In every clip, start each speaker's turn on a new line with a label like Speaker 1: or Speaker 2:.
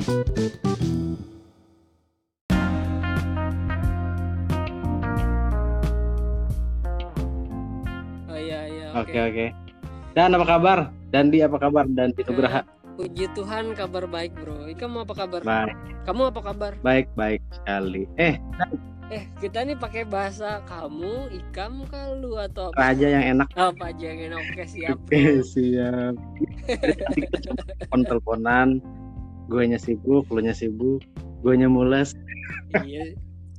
Speaker 1: Oh iya,
Speaker 2: Oke,
Speaker 1: oke.
Speaker 2: oke. Dan apa kabar? Dandi apa kabar? Dan Nugraha.
Speaker 1: Puji Tuhan kabar baik, bro. Kamu apa kabar?
Speaker 2: Baik,
Speaker 1: Kamu apa kabar?
Speaker 2: baik sekali.
Speaker 1: Kita nih pakai bahasa kamu, ikam, kalu atau apa?
Speaker 2: Raja yang enak.
Speaker 1: Apa aja yang enak? Oke, siap, bro.
Speaker 2: Oke, siap. Jadi kita cuma teleponan. Guenya sibuk, lunya sibuk, guenya mules.
Speaker 1: Iya.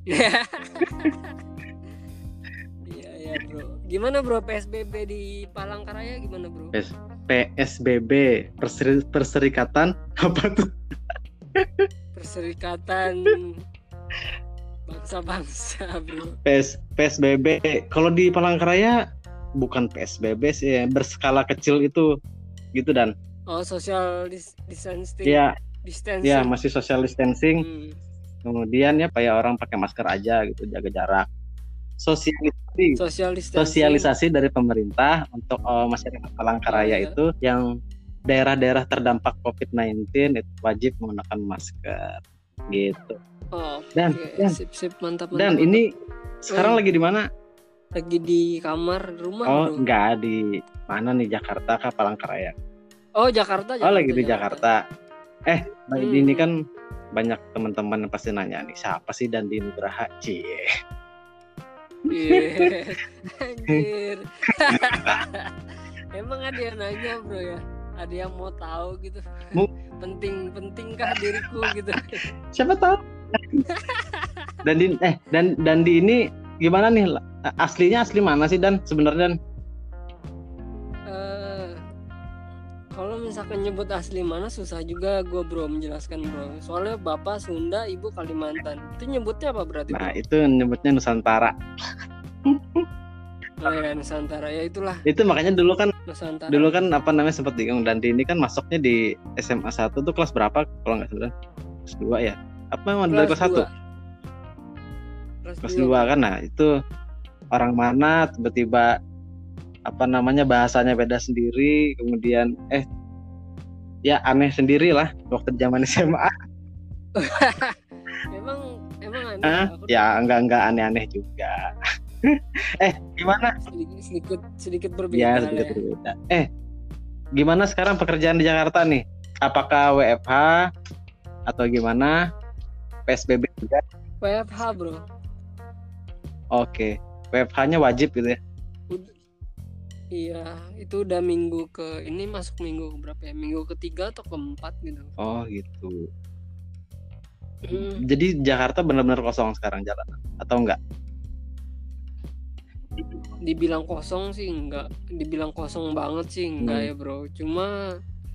Speaker 1: Iya, bro. Gimana, bro, PSBB di Palangkaraya gimana, bro?
Speaker 2: PSBB, perserikatan apa tuh?
Speaker 1: Perserikatan bangsa-bangsa, bro.
Speaker 2: PSBB. Kalau di Palangkaraya bukan PSBB sih, ya. Berskala kecil itu gitu, Dan.
Speaker 1: Oh, social distancing.
Speaker 2: Iya.
Speaker 1: Distancing.
Speaker 2: Ya, masih social distancing. Kemudian ya kayak orang pakai masker aja gitu, jaga jarak. Sosialisasi dari pemerintah untuk masyarakat Palangkaraya itu yang daerah-daerah terdampak COVID-19 itu wajib menggunakan masker gitu.
Speaker 1: Oh,
Speaker 2: dan
Speaker 1: sip, mantap.
Speaker 2: Dan ini sekarang lagi di mana?
Speaker 1: Lagi di kamar rumah.
Speaker 2: Oh, bro. Enggak, di mana nih, Jakarta kah Palangkaraya?
Speaker 1: Oh, Jakarta.
Speaker 2: Oh, lagi di Jakarta. Ini kan banyak teman-teman yang pasti nanya nih, siapa sih Dandi Nugraha? Cie.
Speaker 1: Anjir. Emang ada yang nanya, bro ya? Ada yang mau tahu gitu. Pentingkah diriku gitu.
Speaker 2: Siapa tahu. Dandi ini gimana nih? Aslinya asli mana sih, Dan? Sebenarnya, Dan?
Speaker 1: Kalau misalkan nyebut asli mana susah juga gue, bro, menjelaskan, bro. Soalnya bapak Sunda, ibu Kalimantan. Itu nyebutnya apa berarti?
Speaker 2: Nah,
Speaker 1: bro?
Speaker 2: itu nyebutnya Nusantara.
Speaker 1: Oh ya, Nusantara, ya itulah.
Speaker 2: Itu makanya dulu kan
Speaker 1: Nusantara.
Speaker 2: Dulu kan sempat bingung, Dandi ini kan masuknya di SMA 1 tuh kelas berapa kalau nggak salah? Kelas 2 ya? Apa memang dari kelas 1? Kelas 2 kan. Nah, itu orang mana tiba-tiba bahasanya beda sendiri, kemudian ya aneh sendiri lah waktu zaman SMA.
Speaker 1: Emang aneh.
Speaker 2: Ya enggak aneh-aneh juga. Gimana?
Speaker 1: Sedikit berbeda.
Speaker 2: Ya, sedikit berbeda. Gimana sekarang pekerjaan di Jakarta nih? Apakah WFH atau gimana? PSBB juga?
Speaker 1: WFH, bro.
Speaker 2: Oke. WFH-nya wajib gitu ya?
Speaker 1: Iya, itu udah masuk minggu berapa ya? Minggu ketiga atau keempat gitu.
Speaker 2: Oh, gitu. Jadi Jakarta benar-benar kosong sekarang jalanan atau enggak?
Speaker 1: Dibilang kosong sih enggak, dibilang kosong banget sih enggak ya, bro. Cuma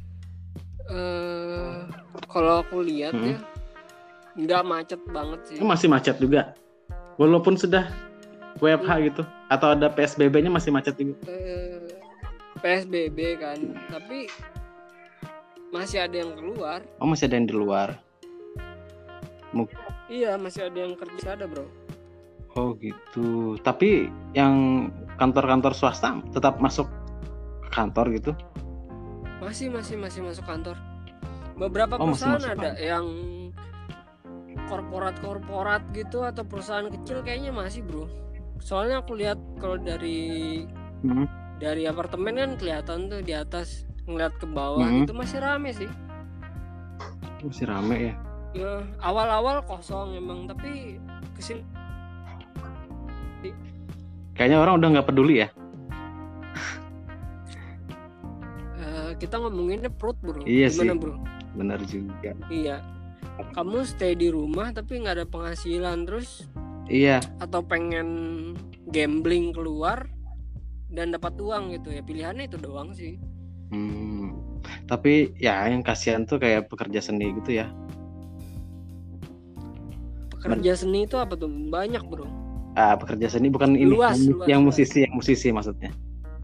Speaker 1: kalau aku lihat ya enggak macet banget sih.
Speaker 2: Masih macet juga walaupun sudah WFH gitu, atau ada PSBB-nya masih macet juga?
Speaker 1: PSBB kan, tapi masih ada yang keluar.
Speaker 2: Oh, masih ada yang di luar.
Speaker 1: Iya, masih ada yang kerja, ada, bro.
Speaker 2: Oh gitu. Tapi yang kantor-kantor swasta tetap masuk kantor gitu?
Speaker 1: Masih masuk kantor. Beberapa perusahaan ada yang korporat gitu atau perusahaan kecil kayaknya masih, bro. Soalnya aku lihat kalau dari apartemen kan kelihatan tuh di atas, ngeliat ke bawah itu masih rame sih.
Speaker 2: Masih rame ya?
Speaker 1: Ya, awal-awal kosong emang, tapi kesini
Speaker 2: kayaknya orang udah nggak peduli ya.
Speaker 1: Kita ngomonginnya perut, bro.
Speaker 2: Iya.
Speaker 1: Gimana
Speaker 2: sih,
Speaker 1: bro?
Speaker 2: benar juga.
Speaker 1: Iya, kamu stay di rumah tapi nggak ada penghasilan terus.
Speaker 2: Iya.
Speaker 1: Atau pengen gambling keluar dan dapat uang gitu ya, pilihannya itu doang sih.
Speaker 2: Tapi ya yang kasihan tuh kayak pekerja seni gitu ya.
Speaker 1: Pekerja seni itu apa tuh? Banyak, bro.
Speaker 2: Pekerja seni bukan
Speaker 1: luas,
Speaker 2: yang musisi maksudnya.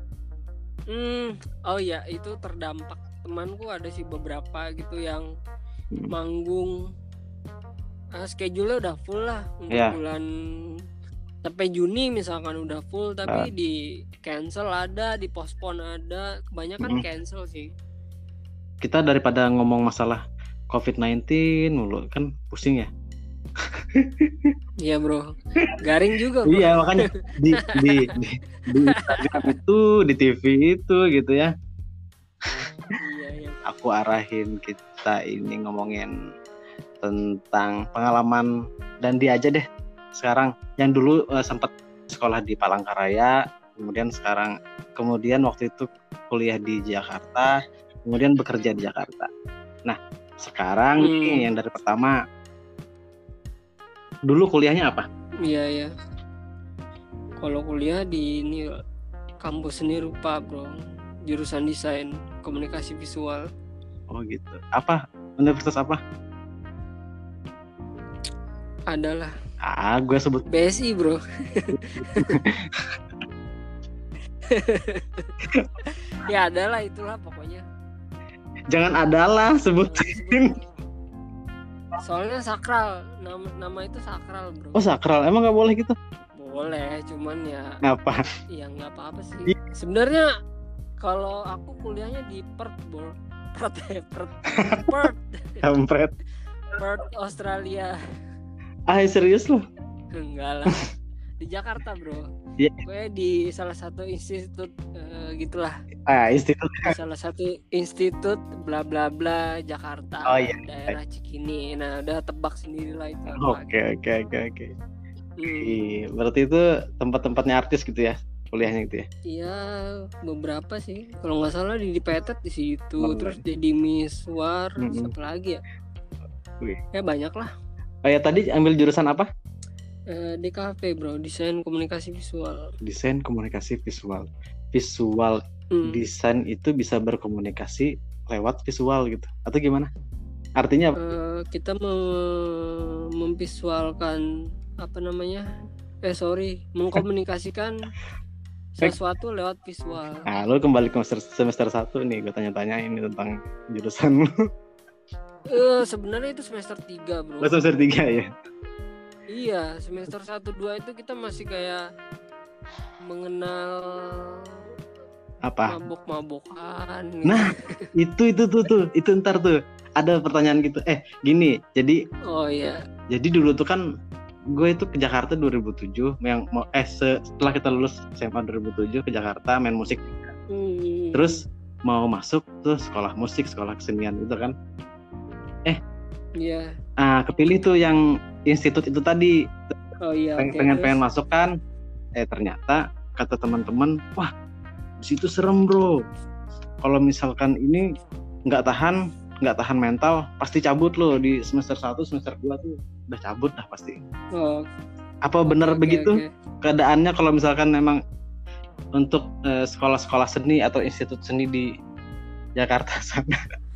Speaker 1: Oh ya, itu terdampak. Temanku ada sih beberapa gitu yang manggung, schedule-nya udah full lah untuk bulan sampai Juni misalkan udah full, tapi di cancel ada, di postpone ada, kebanyakan cancel sih.
Speaker 2: Kita daripada ngomong masalah COVID-19 mulu kan pusing ya.
Speaker 1: Iya bro, garing juga bro.
Speaker 2: Iya makanya di Instagram itu, di TV itu gitu ya.
Speaker 1: Iya.
Speaker 2: Aku arahin kita ini ngomongin tentang pengalaman dan dia aja deh sekarang, yang dulu sempat sekolah di Palangkaraya, kemudian waktu itu kuliah di Jakarta, kemudian bekerja di Jakarta. Nah sekarang nih yang dari pertama, dulu kuliahnya apa?
Speaker 1: Iya. Kalau kuliah di ini kampus seni rupa bro, jurusan desain komunikasi visual.
Speaker 2: Oh gitu. Apa? Universitas apa?
Speaker 1: Adalah.
Speaker 2: Gue sebut
Speaker 1: BSI bro. Ya adalah, itulah pokoknya.
Speaker 2: Jangan adalah sebutin.
Speaker 1: Soalnya sakral, nama itu sakral bro.
Speaker 2: Oh sakral, emang nggak boleh gitu?
Speaker 1: Boleh, cuman ya.
Speaker 2: Apa?
Speaker 1: Ya nggak apa-apa sih. Sebenarnya kalau aku kuliahnya di Perth bro.
Speaker 2: Kampret.
Speaker 1: Perth Australia.
Speaker 2: Serius loh?
Speaker 1: Enggak lah. Di Jakarta bro.
Speaker 2: Yeah.
Speaker 1: Pokoknya di salah satu institut gitulah.
Speaker 2: Institut.
Speaker 1: Salah satu institut bla bla bla Jakarta.
Speaker 2: Oh iya.
Speaker 1: Daerah Cikini. Nah udah tebak sendiri lah itu.
Speaker 2: Oke. Berarti itu tempat-tempatnya artis gitu ya, kuliahnya gitu ya?
Speaker 1: Iya, beberapa sih. Kalau nggak salah di Petet di situ, terus di Miswar, siapa lagi ya? Ya banyak lah.
Speaker 2: Ya tadi ambil jurusan apa?
Speaker 1: DKV bro, desain komunikasi visual.
Speaker 2: Desain komunikasi visual. Desain itu bisa berkomunikasi lewat visual gitu, atau gimana? Artinya
Speaker 1: kita memvisualkan mengkomunikasikan sesuatu lewat visual.
Speaker 2: Nah, lu kembali ke semester 1 nih, gue tanya-tanya ini tentang jurusan lu.
Speaker 1: Sebenarnya itu semester 3 bro.
Speaker 2: Semester 3 ya?
Speaker 1: Iya, semester 1-2 itu kita masih kayak mengenal
Speaker 2: apa?
Speaker 1: mabok-mabokan.
Speaker 2: Nah, itu ntar tuh ada pertanyaan gitu. Gini, jadi
Speaker 1: oh iya.
Speaker 2: Jadi dulu tuh kan gue itu ke Jakarta 2007, setelah kita lulus SMA 2007 ke Jakarta main musik. Terus mau masuk tuh sekolah musik, sekolah kesenian gitu kan.
Speaker 1: Iya.
Speaker 2: Kepilih tuh yang institut itu tadi.
Speaker 1: Oh iya.
Speaker 2: Pengen masuk kan. Ternyata kata teman-teman, wah di situ serem bro. Kalau misalkan ini nggak tahan mental, pasti cabut loh di semester 1, semester 2 tuh udah cabut dah pasti. Oh. Apa benar begitu keadaannya kalau misalkan memang untuk sekolah-sekolah seni atau institut seni di Jakarta sana?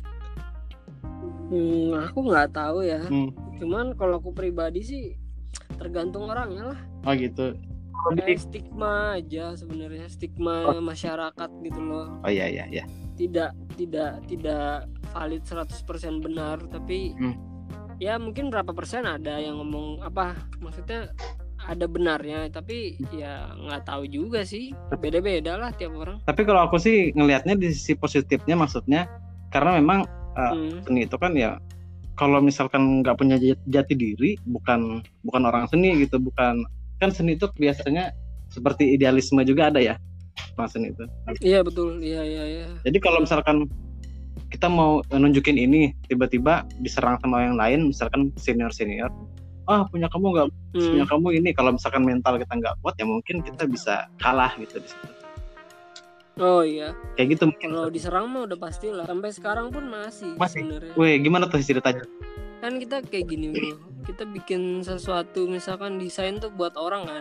Speaker 1: Aku nggak tahu ya. Cuman kalau aku pribadi sih tergantung orangnya lah.
Speaker 2: Oh gitu.
Speaker 1: Stigma aja sebenarnya, stigma masyarakat gitu loh.
Speaker 2: Oh iya.
Speaker 1: Tidak valid 100% benar, tapi ya mungkin berapa persen ada yang ngomong maksudnya ada benarnya, tapi ya nggak tahu juga sih, beda-beda lah tiap orang. Tapi
Speaker 2: kalau aku sih ngelihatnya di sisi positifnya, maksudnya karena memang seni itu kan ya kalau misalkan nggak punya jati diri, bukan orang seni gitu, bukan kan seni itu biasanya seperti idealisme juga ada ya seni itu. Iya betul, iya. Jadi kalau misalkan kita mau nunjukin ini, tiba-tiba diserang sama yang lain, misalkan senior, punya kamu nggak, punya kamu ini, kalau misalkan mental kita nggak kuat ya mungkin kita bisa kalah gitu di situ. Oh iya. Kayak gitu mungkin. Kalau diserang mah udah pastilah. Sampai sekarang pun masih. Sebenarnya. Weh, gimana tuh ceritanya? Kan kita kayak gini bro, kita bikin sesuatu, misalkan desain tuh buat orang kan.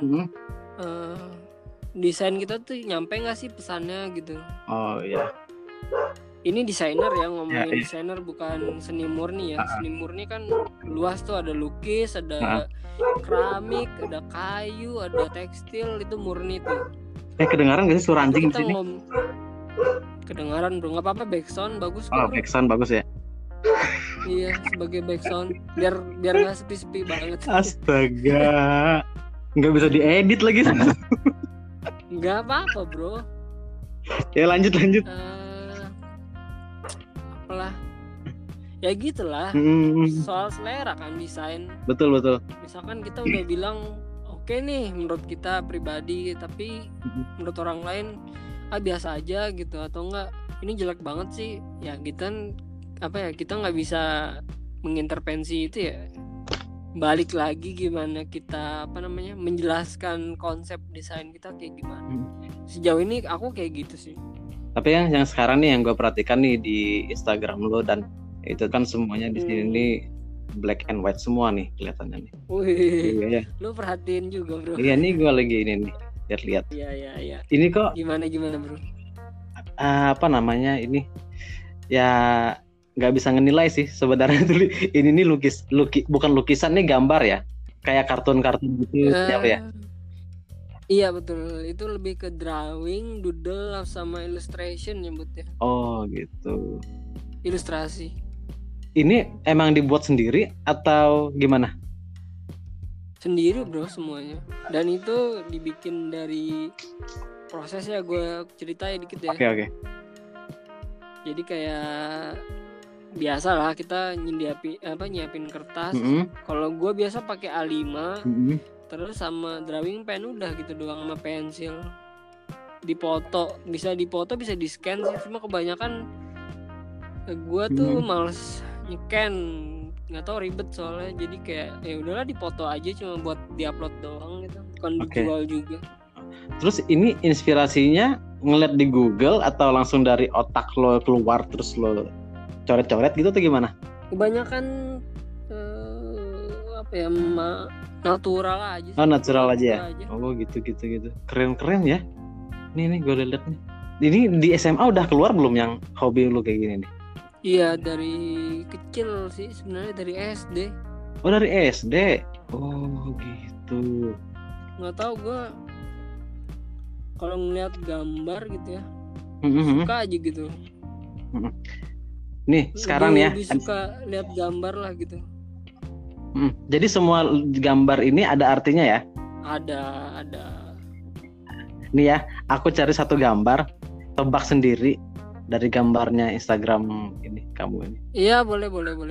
Speaker 2: Desain kita tuh nyampe nggak sih pesannya gitu? Oh iya. Ini desainer ya, ngomongin desainer bukan seni murni ya. Seni murni kan luas tuh, ada lukis, ada keramik, ada kayu, ada tekstil, itu murni tuh. Kedengaran gak sih suara anjing di sini? Kedengaran bro, nggak apa-apa, backsound bagus. Backsound bagus ya. Iya, sebagai backsound biar nggak sepi-sepi banget. Astaga, nggak bisa diedit lagi. Nggak apa-apa bro. Ya lanjut. Apalah.
Speaker 1: ya gitulah. Soal selera kan desain.
Speaker 2: Betul.
Speaker 1: Misalkan kita udah bilang oke nih menurut kita pribadi, tapi menurut orang lain biasa aja gitu, atau enggak ini jelek banget sih, ya kita kita nggak bisa mengintervensi itu ya. Balik lagi gimana kita menjelaskan konsep desain kita kayak gimana. Sejauh ini aku kayak gitu sih.
Speaker 2: Tapi yang sekarang nih yang gue perhatikan nih di Instagram lo, dan itu kan semuanya di sini nih black and white semua nih kelihatannya nih.
Speaker 1: Iya. Lu perhatiin juga, bro.
Speaker 2: Iya, nih gue lagi ini nih lihat.
Speaker 1: Iya.
Speaker 2: Ini kok
Speaker 1: gimana bro?
Speaker 2: Ini ya nggak bisa ngenilai sih sebenarnya. Ini nih bukan lukisan nih, gambar ya, kayak kartun-kartun gitu ya.
Speaker 1: Iya betul, itu lebih ke drawing, doodle sama illustration nyebutnya.
Speaker 2: Oh gitu.
Speaker 1: Ilustrasi.
Speaker 2: Ini emang dibuat sendiri atau gimana?
Speaker 1: Sendiri bro semuanya. Dan itu dibikin dari prosesnya, gue ceritain dikit ya.
Speaker 2: Oke.
Speaker 1: Jadi kayak biasa lah kita nyiapin kertas. Kalau gue biasa pakai A5, terus sama drawing pen udah gitu doang, sama pensil. Bisa dipoto bisa di scan sih, cuma kebanyakan gue tuh males nge-scan, nggak tahu ribet soalnya. Jadi kayak ya udahlah dipoto aja, cuma buat diupload doang gitu, bukan dijual juga.
Speaker 2: Terus ini inspirasinya ngeliat di Google atau langsung dari otak lo keluar terus lo coret-coret gitu atau gimana?
Speaker 1: Kebanyakan natural aja sih.
Speaker 2: Natural aja ya. Oh gitu. Keren ya. Nih gue lihat nih. Ini di SMA udah keluar belum yang hobi lu kayak gini nih?
Speaker 1: Iya, dari kecil sih sebenarnya, dari SD.
Speaker 2: Oh, dari SD. Oh gitu.
Speaker 1: Nggak tahu, gue kalau ngeliat gambar gitu ya suka aja gitu. Nih sekarang ya, lebih suka lihat gambar lah gitu.
Speaker 2: Jadi semua gambar ini ada artinya ya?
Speaker 1: Ada.
Speaker 2: Nih ya, aku cari satu gambar, tebak sendiri dari gambarnya Instagram ini kamu ini.
Speaker 1: Iya, boleh.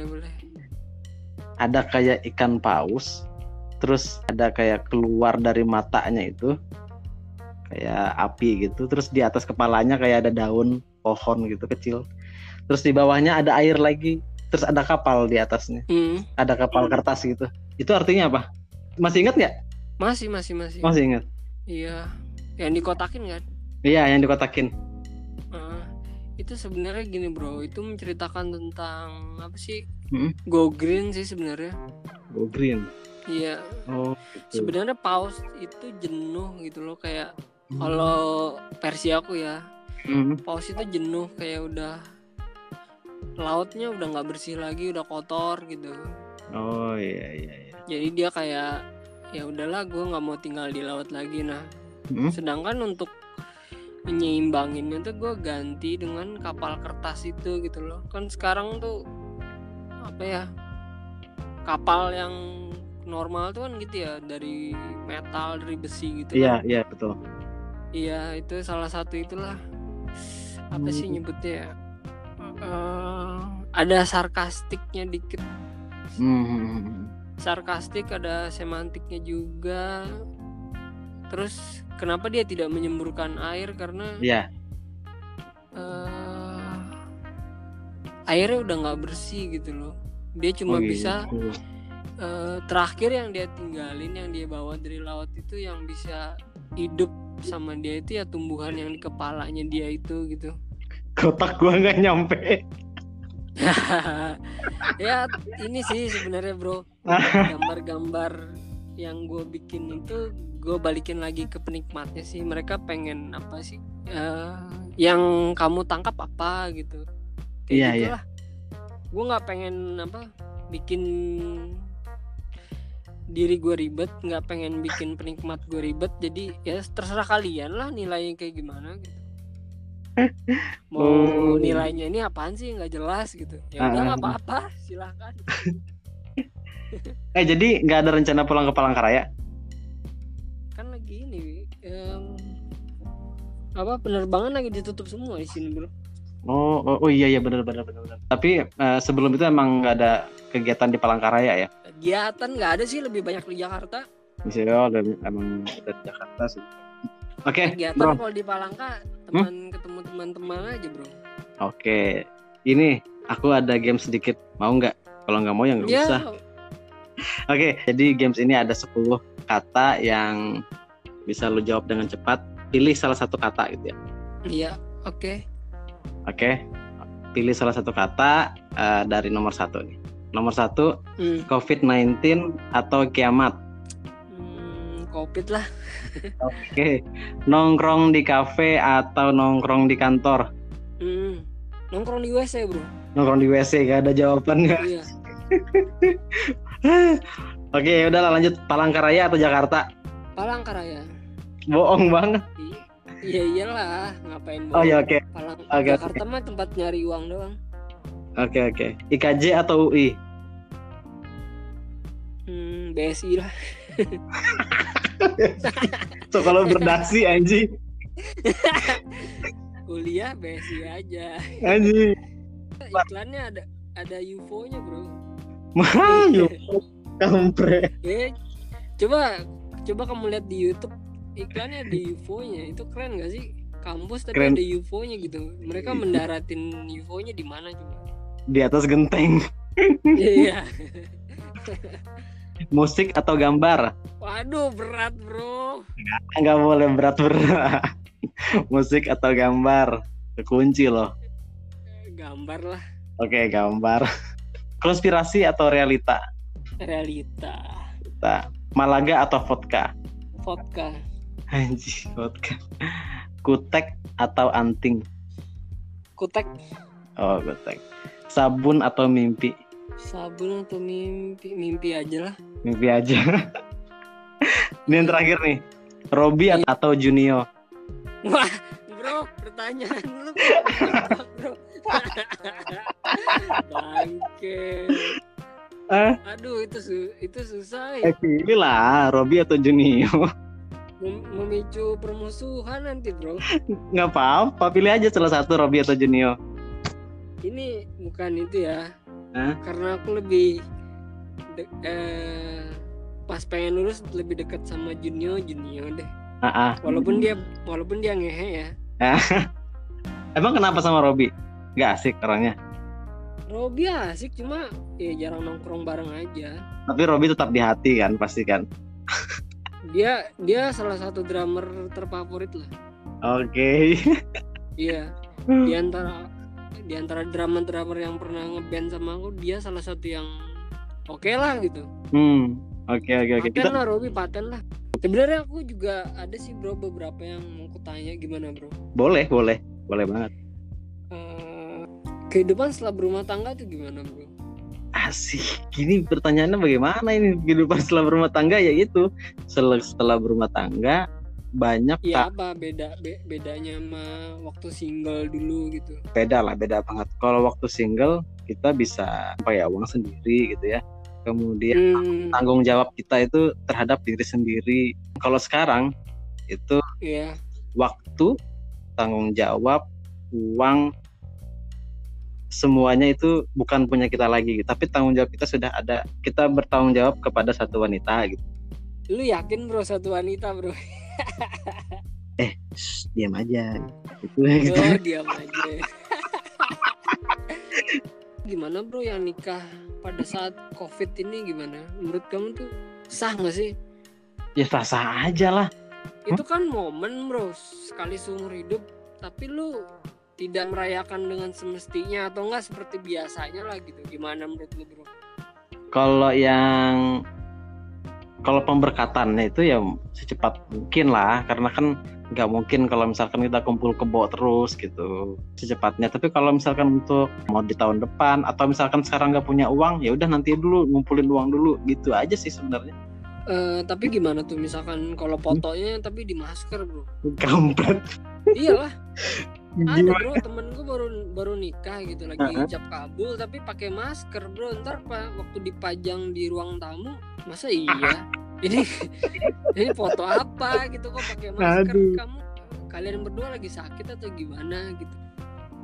Speaker 2: Ada kayak ikan paus, terus ada kayak keluar dari matanya itu kayak api gitu, terus di atas kepalanya kayak ada daun pohon gitu kecil. Terus di bawahnya ada air lagi, terus ada kapal di atasnya. Ada kapal kertas gitu. Itu artinya apa? Masih ingat nggak?
Speaker 1: Masih.
Speaker 2: Masih ingat?
Speaker 1: Iya, yang dikotakin kan?
Speaker 2: Iya, yang dikotakin.
Speaker 1: Itu sebenarnya gini bro, itu menceritakan tentang apa sih? Go green sih sebenarnya.
Speaker 2: Go green.
Speaker 1: Iya.
Speaker 2: Oh. Gitu.
Speaker 1: Sebenarnya paus itu jenuh gitu loh, kayak kalau versi aku ya. Paus itu jenuh, kayak udah lautnya udah nggak bersih lagi, udah kotor gitu.
Speaker 2: Oh iya.
Speaker 1: Jadi dia kayak ya udahlah, gue nggak mau tinggal di laut lagi. Nah, sedangkan untuk menyeimbanginnya tuh gue ganti dengan kapal kertas itu gitu loh. Kan sekarang tuh kapal yang normal tuh kan gitu ya, dari metal, dari besi gitu.
Speaker 2: Iya betul.
Speaker 1: Iya, itu salah satu itulah. Apa sih nyebutnya ya? Ada sarkastiknya dikit. Sarkastik, ada semantiknya juga. Terus kenapa dia tidak menyemburkan air? Karena airnya udah nggak bersih gitu loh. Dia cuma bisa terakhir yang dia tinggalin, yang dia bawa dari laut itu, yang bisa hidup sama dia itu ya tumbuhan yang di kepalanya dia itu gitu.
Speaker 2: Kotak gua nggak nyampe.
Speaker 1: Ya ini sih sebenarnya bro, gambar-gambar yang gue bikin itu gue balikin lagi ke penikmatnya sih. Mereka pengen apa sih, yang kamu tangkap apa gitu. Kayak gitulah. Gue nggak pengen bikin diri gue ribet, nggak pengen bikin penikmat gue ribet. Jadi ya terserah kalian lah nilainya kayak gimana gitu. Mau nilainya ini apaan sih, nggak jelas gitu. Ya udah nggak apa-apa, silakan.
Speaker 2: Jadi nggak ada rencana pulang ke Palangkaraya?
Speaker 1: Kan lagi ini penerbangan lagi ditutup semua di sini bro.
Speaker 2: Oh iya benar. Tapi sebelum itu emang nggak ada kegiatan di Palangkaraya ya?
Speaker 1: Kegiatan nggak ada sih, lebih banyak di Jakarta.
Speaker 2: Misalnya emang dari Jakarta sih. Oke,
Speaker 1: kegiatan
Speaker 2: bro.
Speaker 1: Kalau di Palangka ketemu teman-teman aja, bro.
Speaker 2: Oke, ini aku ada game sedikit, mau nggak? Kalau nggak mau ya nggak usah. Oke, jadi games ini ada 10 kata yang bisa lu jawab dengan cepat. Pilih salah satu kata gitu ya.
Speaker 1: Iya, oke.
Speaker 2: Oke, pilih salah satu kata dari nomor 1 nih. Nomor 1, COVID-19 atau kiamat?
Speaker 1: COVID lah.
Speaker 2: Oke, nongkrong di kafe atau nongkrong di kantor?
Speaker 1: Nongkrong di WC, bro.
Speaker 2: Nongkrong di WC, gak ada jawaban nggak?
Speaker 1: Iya.
Speaker 2: Oke, udah lanjut. Palangkaraya atau Jakarta?
Speaker 1: Palangkaraya.
Speaker 2: Bohong banget.
Speaker 1: Iya iyalah, ngapain bohong?
Speaker 2: Oh ya oke.
Speaker 1: Jakarta mah tempat nyari uang doang.
Speaker 2: Oke. IKJ atau UI?
Speaker 1: BSI lah.
Speaker 2: So kalau berdasi anjing.
Speaker 1: Kuliah BSI aja.
Speaker 2: Anjing.
Speaker 1: Iklannya ada UFO-nya, bro.
Speaker 2: UFO kampret.
Speaker 1: Coba kamu lihat di YouTube. Iklannya ada UFO-nya, itu keren gak sih? Kampus tapi
Speaker 2: keren.
Speaker 1: Ada UFO-nya gitu. Mereka mendaratin UFO-nya di mana coba?
Speaker 2: Di atas genteng.
Speaker 1: Iya.
Speaker 2: Musik atau gambar?
Speaker 1: Waduh, berat, bro.
Speaker 2: Nggak boleh berat. Musik atau gambar? Kekunci loh.
Speaker 1: Gambar lah.
Speaker 2: Oke, gambar. Konspirasi atau realita?
Speaker 1: Realita.
Speaker 2: Malaga atau vodka?
Speaker 1: Vodka.
Speaker 2: Anjir, vodka. Kutek atau anting?
Speaker 1: Kutek.
Speaker 2: Oh, kutek. Sabun atau mimpi?
Speaker 1: Sabun atau mimpi? Mimpi aja lah.
Speaker 2: Mimpi aja. Ini yang terakhir nih. Robby atau Junio?
Speaker 1: Wah, bro, pertanyaan lu bro. Bangke. Aduh, itu susah ya.
Speaker 2: Pilih lah, Robby atau Junio.
Speaker 1: Memicu permusuhan nanti, bro.
Speaker 2: Nggak apa-apa, pilih aja salah satu, Robby atau Junio.
Speaker 1: Ini bukan itu ya. Karena aku lebih pas pengen lulus lebih dekat sama Junio deh. Walaupun dia ngehe ya.
Speaker 2: Emang kenapa sama Robby? Gak asik orangnya?
Speaker 1: Robby asik, cuma ya jarang nongkrong bareng aja.
Speaker 2: Tapi Robby tetap di hati kan, pasti kan?
Speaker 1: Dia salah satu drummer terfavorit lah.
Speaker 2: Oke.
Speaker 1: Iya. Di antara drummer yang pernah ngeband sama aku, dia salah satu yang oke lah gitu.
Speaker 2: Oke.
Speaker 1: Paten lah, Robby paten lah. Sebenarnya aku juga ada sih, bro, beberapa yang mau kutanya. Gimana, bro?
Speaker 2: Boleh banget.
Speaker 1: Kehidupan setelah berumah tangga tuh gimana, bro?
Speaker 2: Asik. Gini pertanyaannya bagaimana ini kehidupan setelah berumah tangga? Ya itu, setelah berumah tangga banyak.
Speaker 1: Iya, apa bedanya sama waktu single dulu gitu?
Speaker 2: Beda banget. Kalau waktu single kita bisa uang sendiri gitu ya. Kemudian tanggung jawab kita itu terhadap diri sendiri. Kalau sekarang itu waktu, tanggung jawab, uang, semuanya itu bukan punya kita lagi, tapi tanggung jawab kita sudah ada. Kita bertanggung jawab kepada satu wanita gitu.
Speaker 1: Lu yakin, bro, satu wanita, bro?
Speaker 2: Diam aja.
Speaker 1: Diam aja. Gimana, bro, yang nikah pada saat COVID ini gimana? Menurut kamu tuh sah nggak sih?
Speaker 2: Ya sah aja lah.
Speaker 1: Itu kan momen, bro, sekali seumur hidup. Tapi lu tidak merayakan dengan semestinya atau enggak seperti biasanya lah gitu. Gimana menurut lu, bro? Kalau pemberkatannya itu ya secepat mungkin lah, karena kan nggak mungkin kalau misalkan kita kumpul kebo terus gitu secepatnya. Tapi kalau misalkan untuk mau di tahun depan atau misalkan sekarang nggak punya uang, ya udah nanti dulu ngumpulin uang dulu gitu aja sih sebenarnya. Tapi gimana tuh misalkan kalau fotonya tapi di masker, bro?
Speaker 2: Kampret.
Speaker 1: Iyalah. Ada, bro, temen gue baru nikah gitu, lagi ijab kabul tapi pakai masker, bro. Ntar waktu dipajang di ruang tamu, masa iya? ini foto apa gitu kok pakai masker? Kalian berdua lagi sakit atau gimana gitu?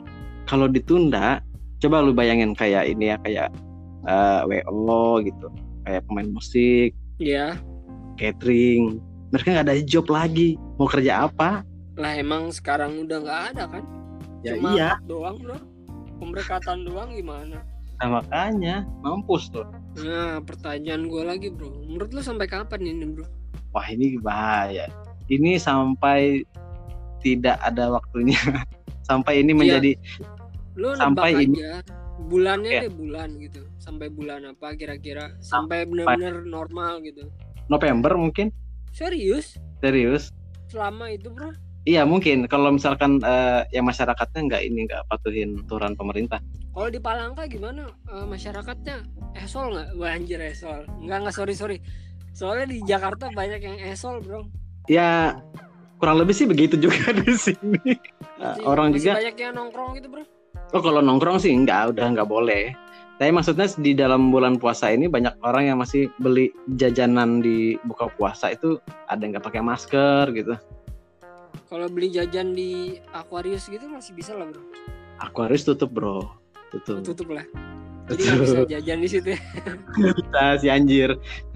Speaker 2: kalau ditunda, coba lu bayangin kayak ini ya, kayak WO gitu, kayak pemain musik, catering, mereka nggak ada job lagi, mau kerja apa?
Speaker 1: Lah emang sekarang udah nggak ada kan?
Speaker 2: Ya
Speaker 1: cuma
Speaker 2: iya.
Speaker 1: Doang bro, pemberkatan doang gimana?
Speaker 2: Nah makanya mampus tuh.
Speaker 1: Nah pertanyaan gue lagi bro, menurut lu sampai kapan ini bro?
Speaker 2: Wah ini bahaya. Ini sampai tidak ada waktunya. Sampai ini menjadi.
Speaker 1: Lu sampai ini aja. Bulannya deh bulan gitu. Sampai bulan apa kira-kira? Sampai benar-benar normal gitu.
Speaker 2: November mungkin?
Speaker 1: Serius? Selama itu bro?
Speaker 2: Iya mungkin. Kalau misalkan ya masyarakatnya nggak patuhin aturan pemerintah.
Speaker 1: Kalau di Palangka gimana? Masyarakatnya esol nggak? Wah anjir esol. Nggak sorry. Soalnya di Jakarta banyak yang esol bro.
Speaker 2: Ya kurang lebih sih begitu juga di sini. Orang
Speaker 1: masih
Speaker 2: juga
Speaker 1: banyak yang nongkrong gitu bro.
Speaker 2: Oh kalau nongkrong sih udah nggak boleh. Tapi maksudnya di dalam bulan puasa ini banyak orang yang masih beli jajanan di buka puasa itu, ada yang nggak pakai masker gitu.
Speaker 1: Kalau beli jajan di Aquarius gitu masih bisa lah bro.
Speaker 2: Aquarius tutup bro.
Speaker 1: Tutup lah. Jadi nggak bisa jajan di situ.
Speaker 2: Bisa si anjir.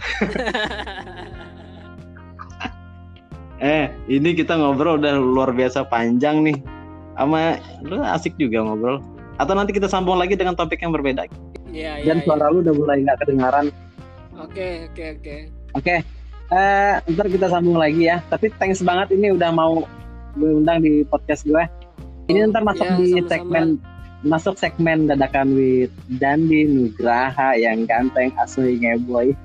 Speaker 2: Ini kita ngobrol udah luar biasa panjang nih. Sama lu asik juga ngobrol. Atau nanti kita sambung lagi dengan topik yang berbeda.
Speaker 1: Iya.
Speaker 2: Dan suara lu udah mulai nggak kedengaran.
Speaker 1: Oke.
Speaker 2: Ntar kita sambung lagi ya. Tapi thanks banget ini udah mau gue undang di podcast gue. Ini ntar masuk di sama-sama. Masuk segmen Dadakan with Dandi Nugraha yang ganteng asli ngeboy.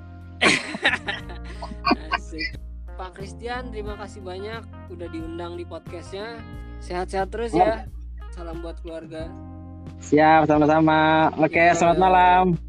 Speaker 1: Asik. Pak Christian, terima kasih banyak udah diundang di podcastnya. Sehat-sehat terus ya. Salam buat keluarga.
Speaker 2: Siap, sama-sama. Oke, selamat malam.